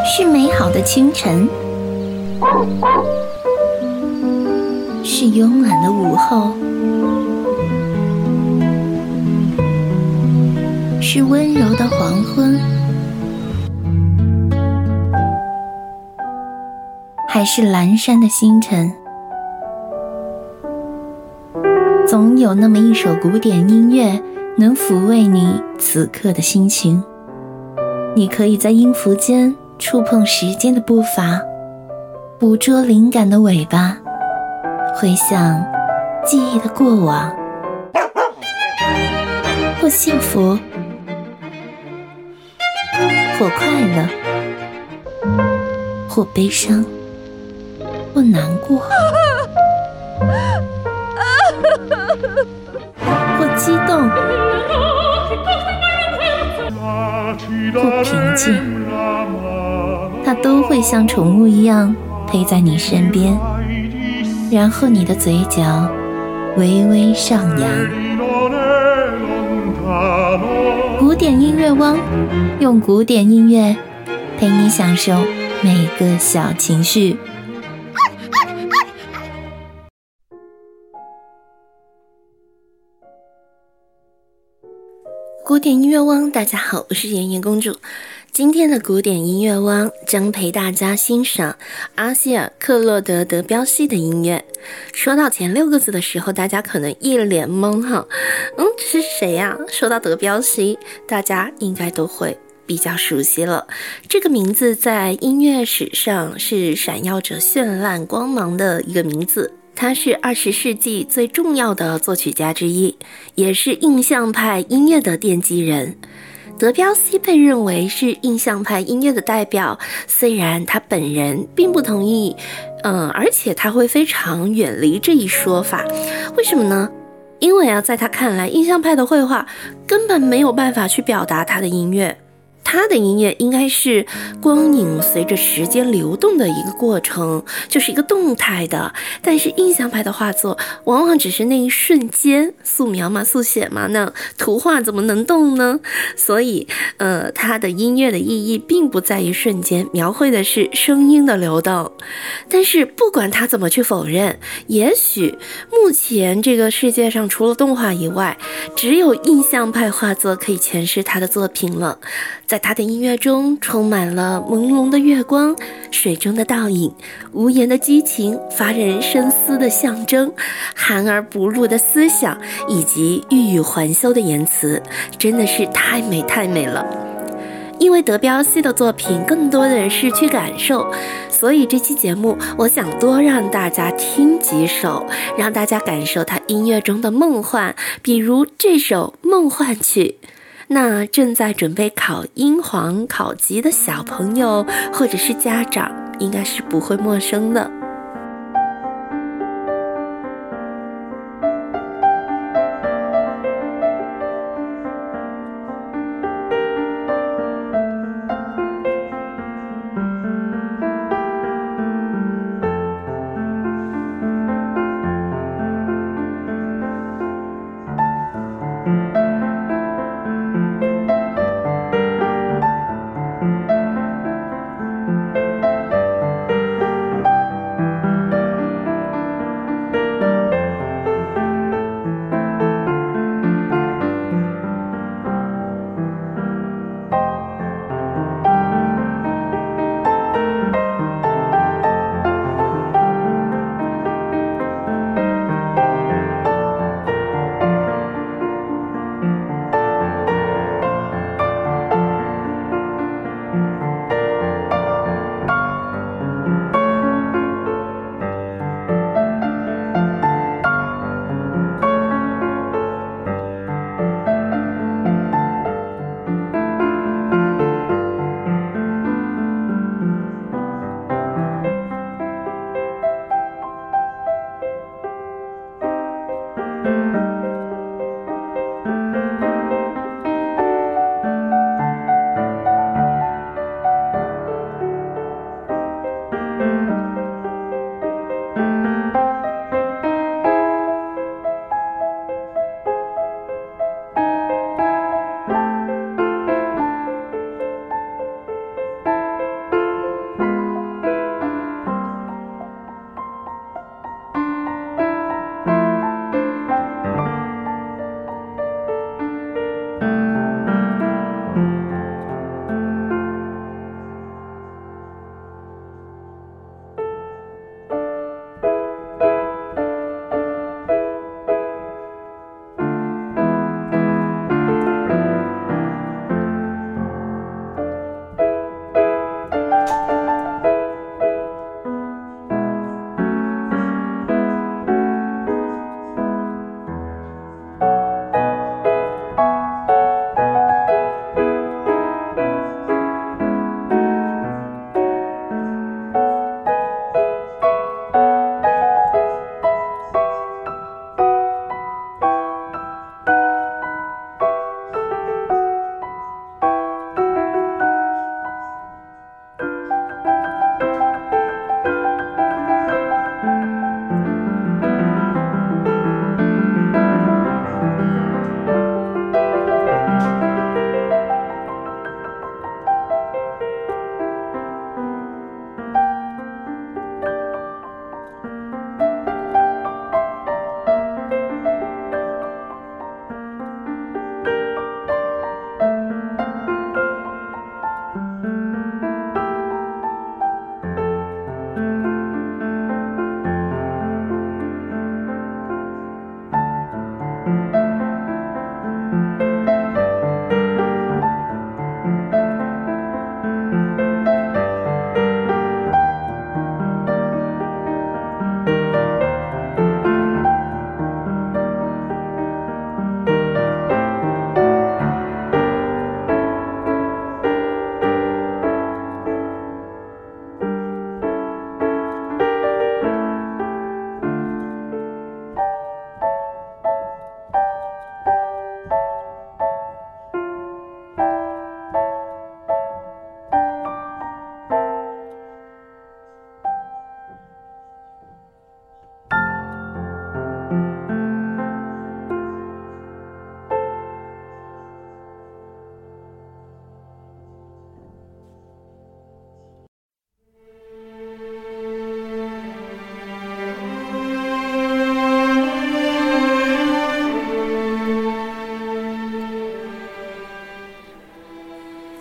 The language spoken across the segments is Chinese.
是美好的清晨，是慵懒的午后，是温柔的黄昏，还是阑珊的星辰。总有那么一首古典音乐能抚慰你此刻的心情，你可以在音符间触碰时间的步伐，捕捉灵感的尾巴，回想记忆的过往，或幸福，或快乐，或悲伤，或难过，或激动，或平静，它都会像宠物一样陪在你身边，然后你的嘴角微微上扬。古典音乐汪，用古典音乐陪你享受每个小情绪。古典音乐汪，大家好，我是妍妍公主。今天的古典音乐汪将陪大家欣赏阿西尔·克洛德·德彪西的音乐。说到前6个字的时候，大家可能一脸懵哈，这是谁呀？说到德彪西，大家应该都会比较熟悉了。这个名字在音乐史上是闪耀着绚烂光芒的一个名字。他是20世纪最重要的作曲家之一，也是印象派音乐的奠基人。德彪西被认为是印象派音乐的代表，虽然他本人并不同意，而且他会非常远离这一说法。为什么呢？因为在他看来，印象派的绘画根本没有办法去表达他的音乐。他的音乐应该是光影随着时间流动的一个过程，就是一个动态的，但是印象派的画作往往只是那一瞬间，素描嘛，速写嘛，那图画怎么能动呢？所以他的音乐的意义并不在于瞬间，描绘的是声音的流动。但是不管他怎么去否认，也许目前这个世界上除了动画以外，只有印象派画作可以诠释他的作品了。在他的音乐中充满了朦胧的月光，水中的倒影，无言的激情，发人深思的象征，含而不露的思想，以及欲语还休的言辞，真的是太美太美了。因为德彪西的作品更多的是去感受，所以这期节目我想多让大家听几首，让大家感受他音乐中的梦幻，比如这首《梦幻曲》。那正在准备考英皇考级的小朋友或者是家长，应该是不会陌生的。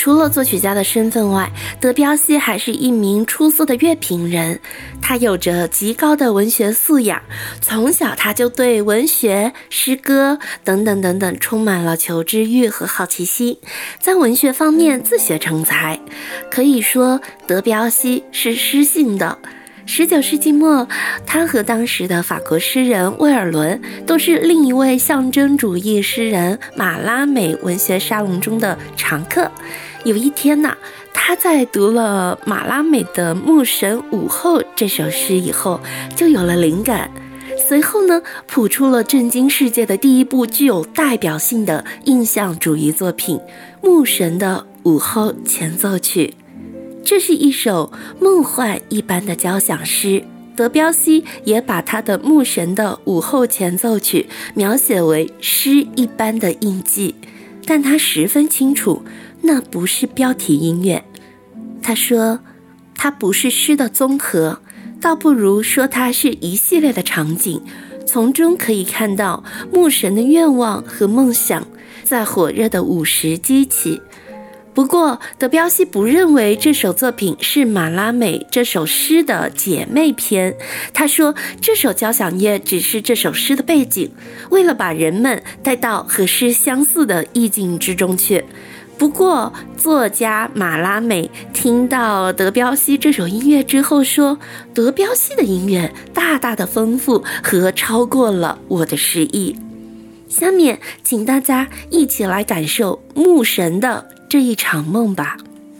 除了作曲家的身份外，德彪西还是一名出色的乐评人。他有着极高的文学素养，从小他就对文学、诗歌等等充满了求知欲和好奇心，在文学方面自学成才。可以说，德彪西是诗性的。19世纪末，他和当时的法国诗人威尔伦都是另一位象征主义诗人马拉美文学沙龙中的常客。有一天呢，他在读了马拉美的《牧神午后》这首诗以后，就有了灵感。随后呢，谱出了震惊世界的第一部具有代表性的印象主义作品《牧神的午后前奏曲》。这是一首梦幻一般的交响诗，德彪西也把他的《牧神的午后前奏曲》描写为诗一般的印记，但他十分清楚，那不是标题音乐。他说，它不是诗的综合，倒不如说它是一系列的场景，从中可以看到牧神的愿望和梦想在火热的午时激起。不过，德彪西不认为这首作品是马拉美这首诗的姐妹篇。他说，这首交响乐只是这首诗的背景，为了把人们带到和诗相似的意境之中去。不过，作家马拉美听到德彪西这首音乐之后说，德彪西的音乐大大的丰富和超过了我的诗意。下面，请大家一起来感受牧神的这一场梦吧。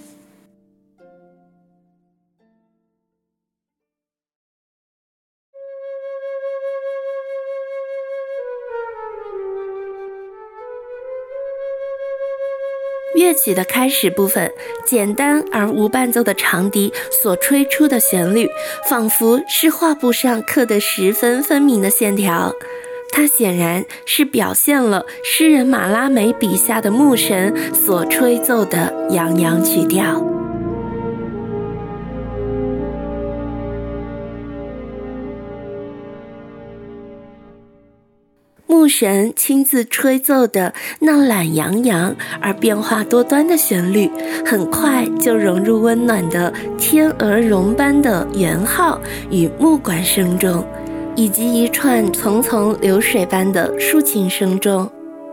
乐曲的开始部分，简单而无伴奏的长笛所吹出的旋律，仿佛是画布上刻得十分分明的线条。它显然是表现了诗人马拉美笔下的牧神所吹奏的洋洋曲调。牧神亲自吹奏的那懒洋洋而变化多端的旋律，很快就融入温暖的天鹅绒般的圆号与木管声中，以及一串淙淙流水般的抒情声中。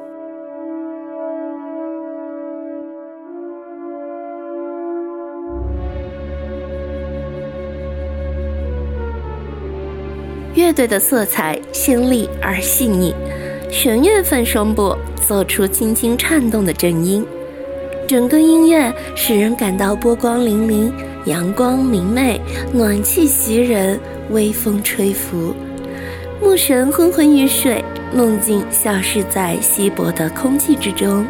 乐队的色彩鲜丽而细腻，弦乐分声部奏出轻轻颤动的震音，整个音乐使人感到波光粼粼，阳光明媚，暖气袭人，微风吹拂。牧神昏昏欲睡，梦境消失在稀薄的空气之中。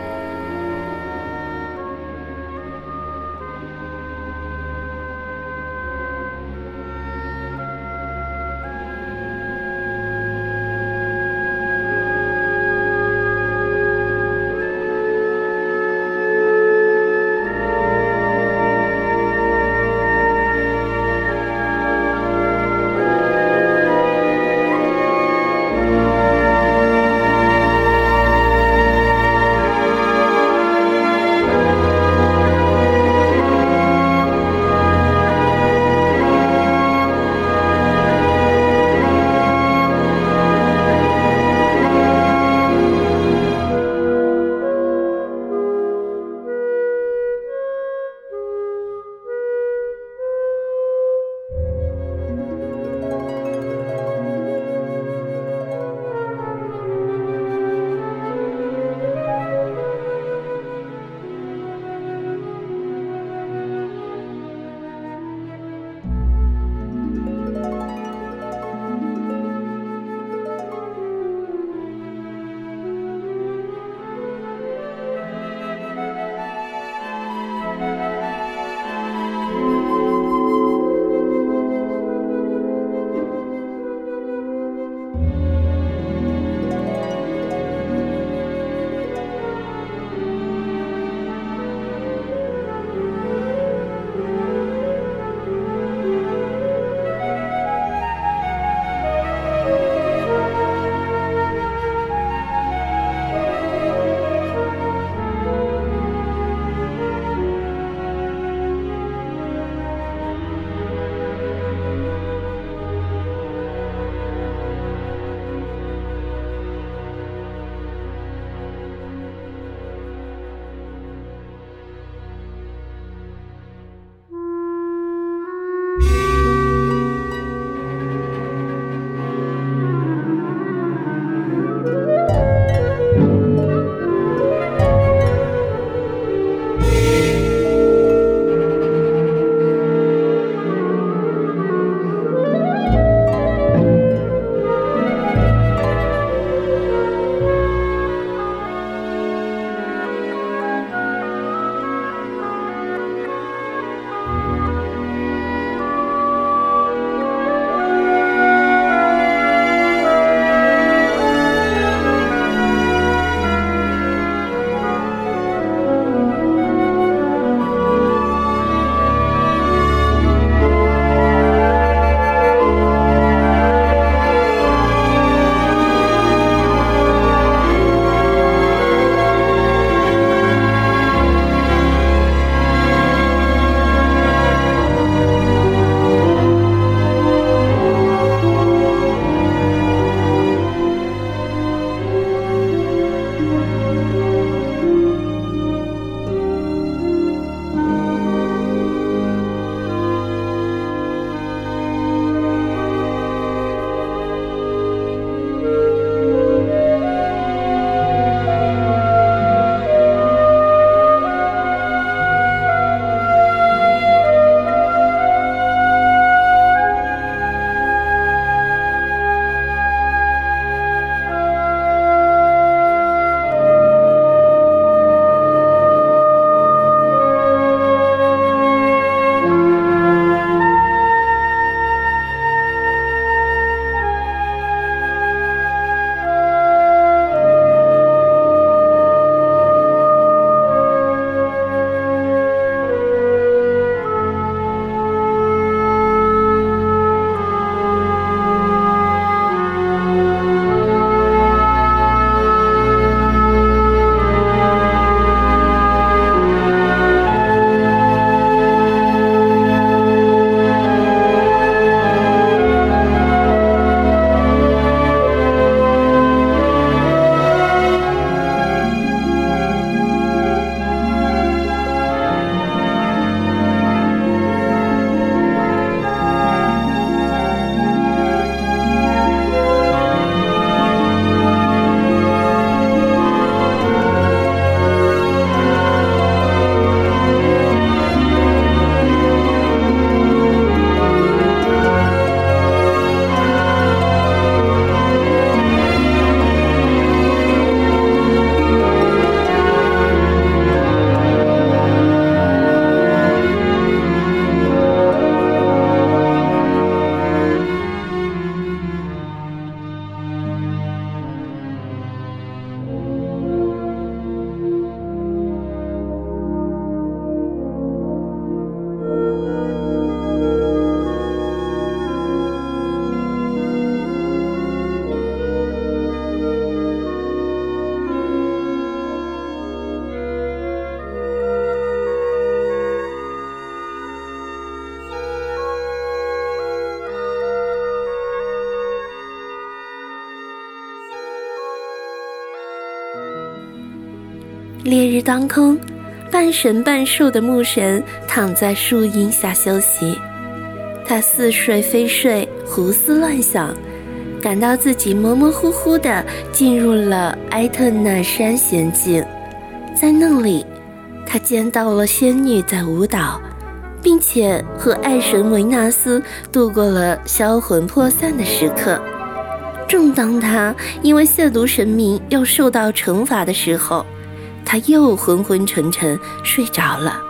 烈日当空，半神半兽的牧神躺在树荫下休息。他似睡非睡，胡思乱想，感到自己模模糊糊地进入了埃特纳山仙境。在那里，他见到了仙女在舞蹈，并且和爱神维纳斯度过了销魂魄散的时刻。正当他因为亵渎神明要受到惩罚的时候，他又昏昏沉沉睡着了。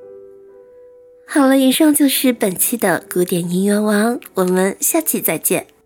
好了，以上就是本期的古典音乐王，我们下期再见。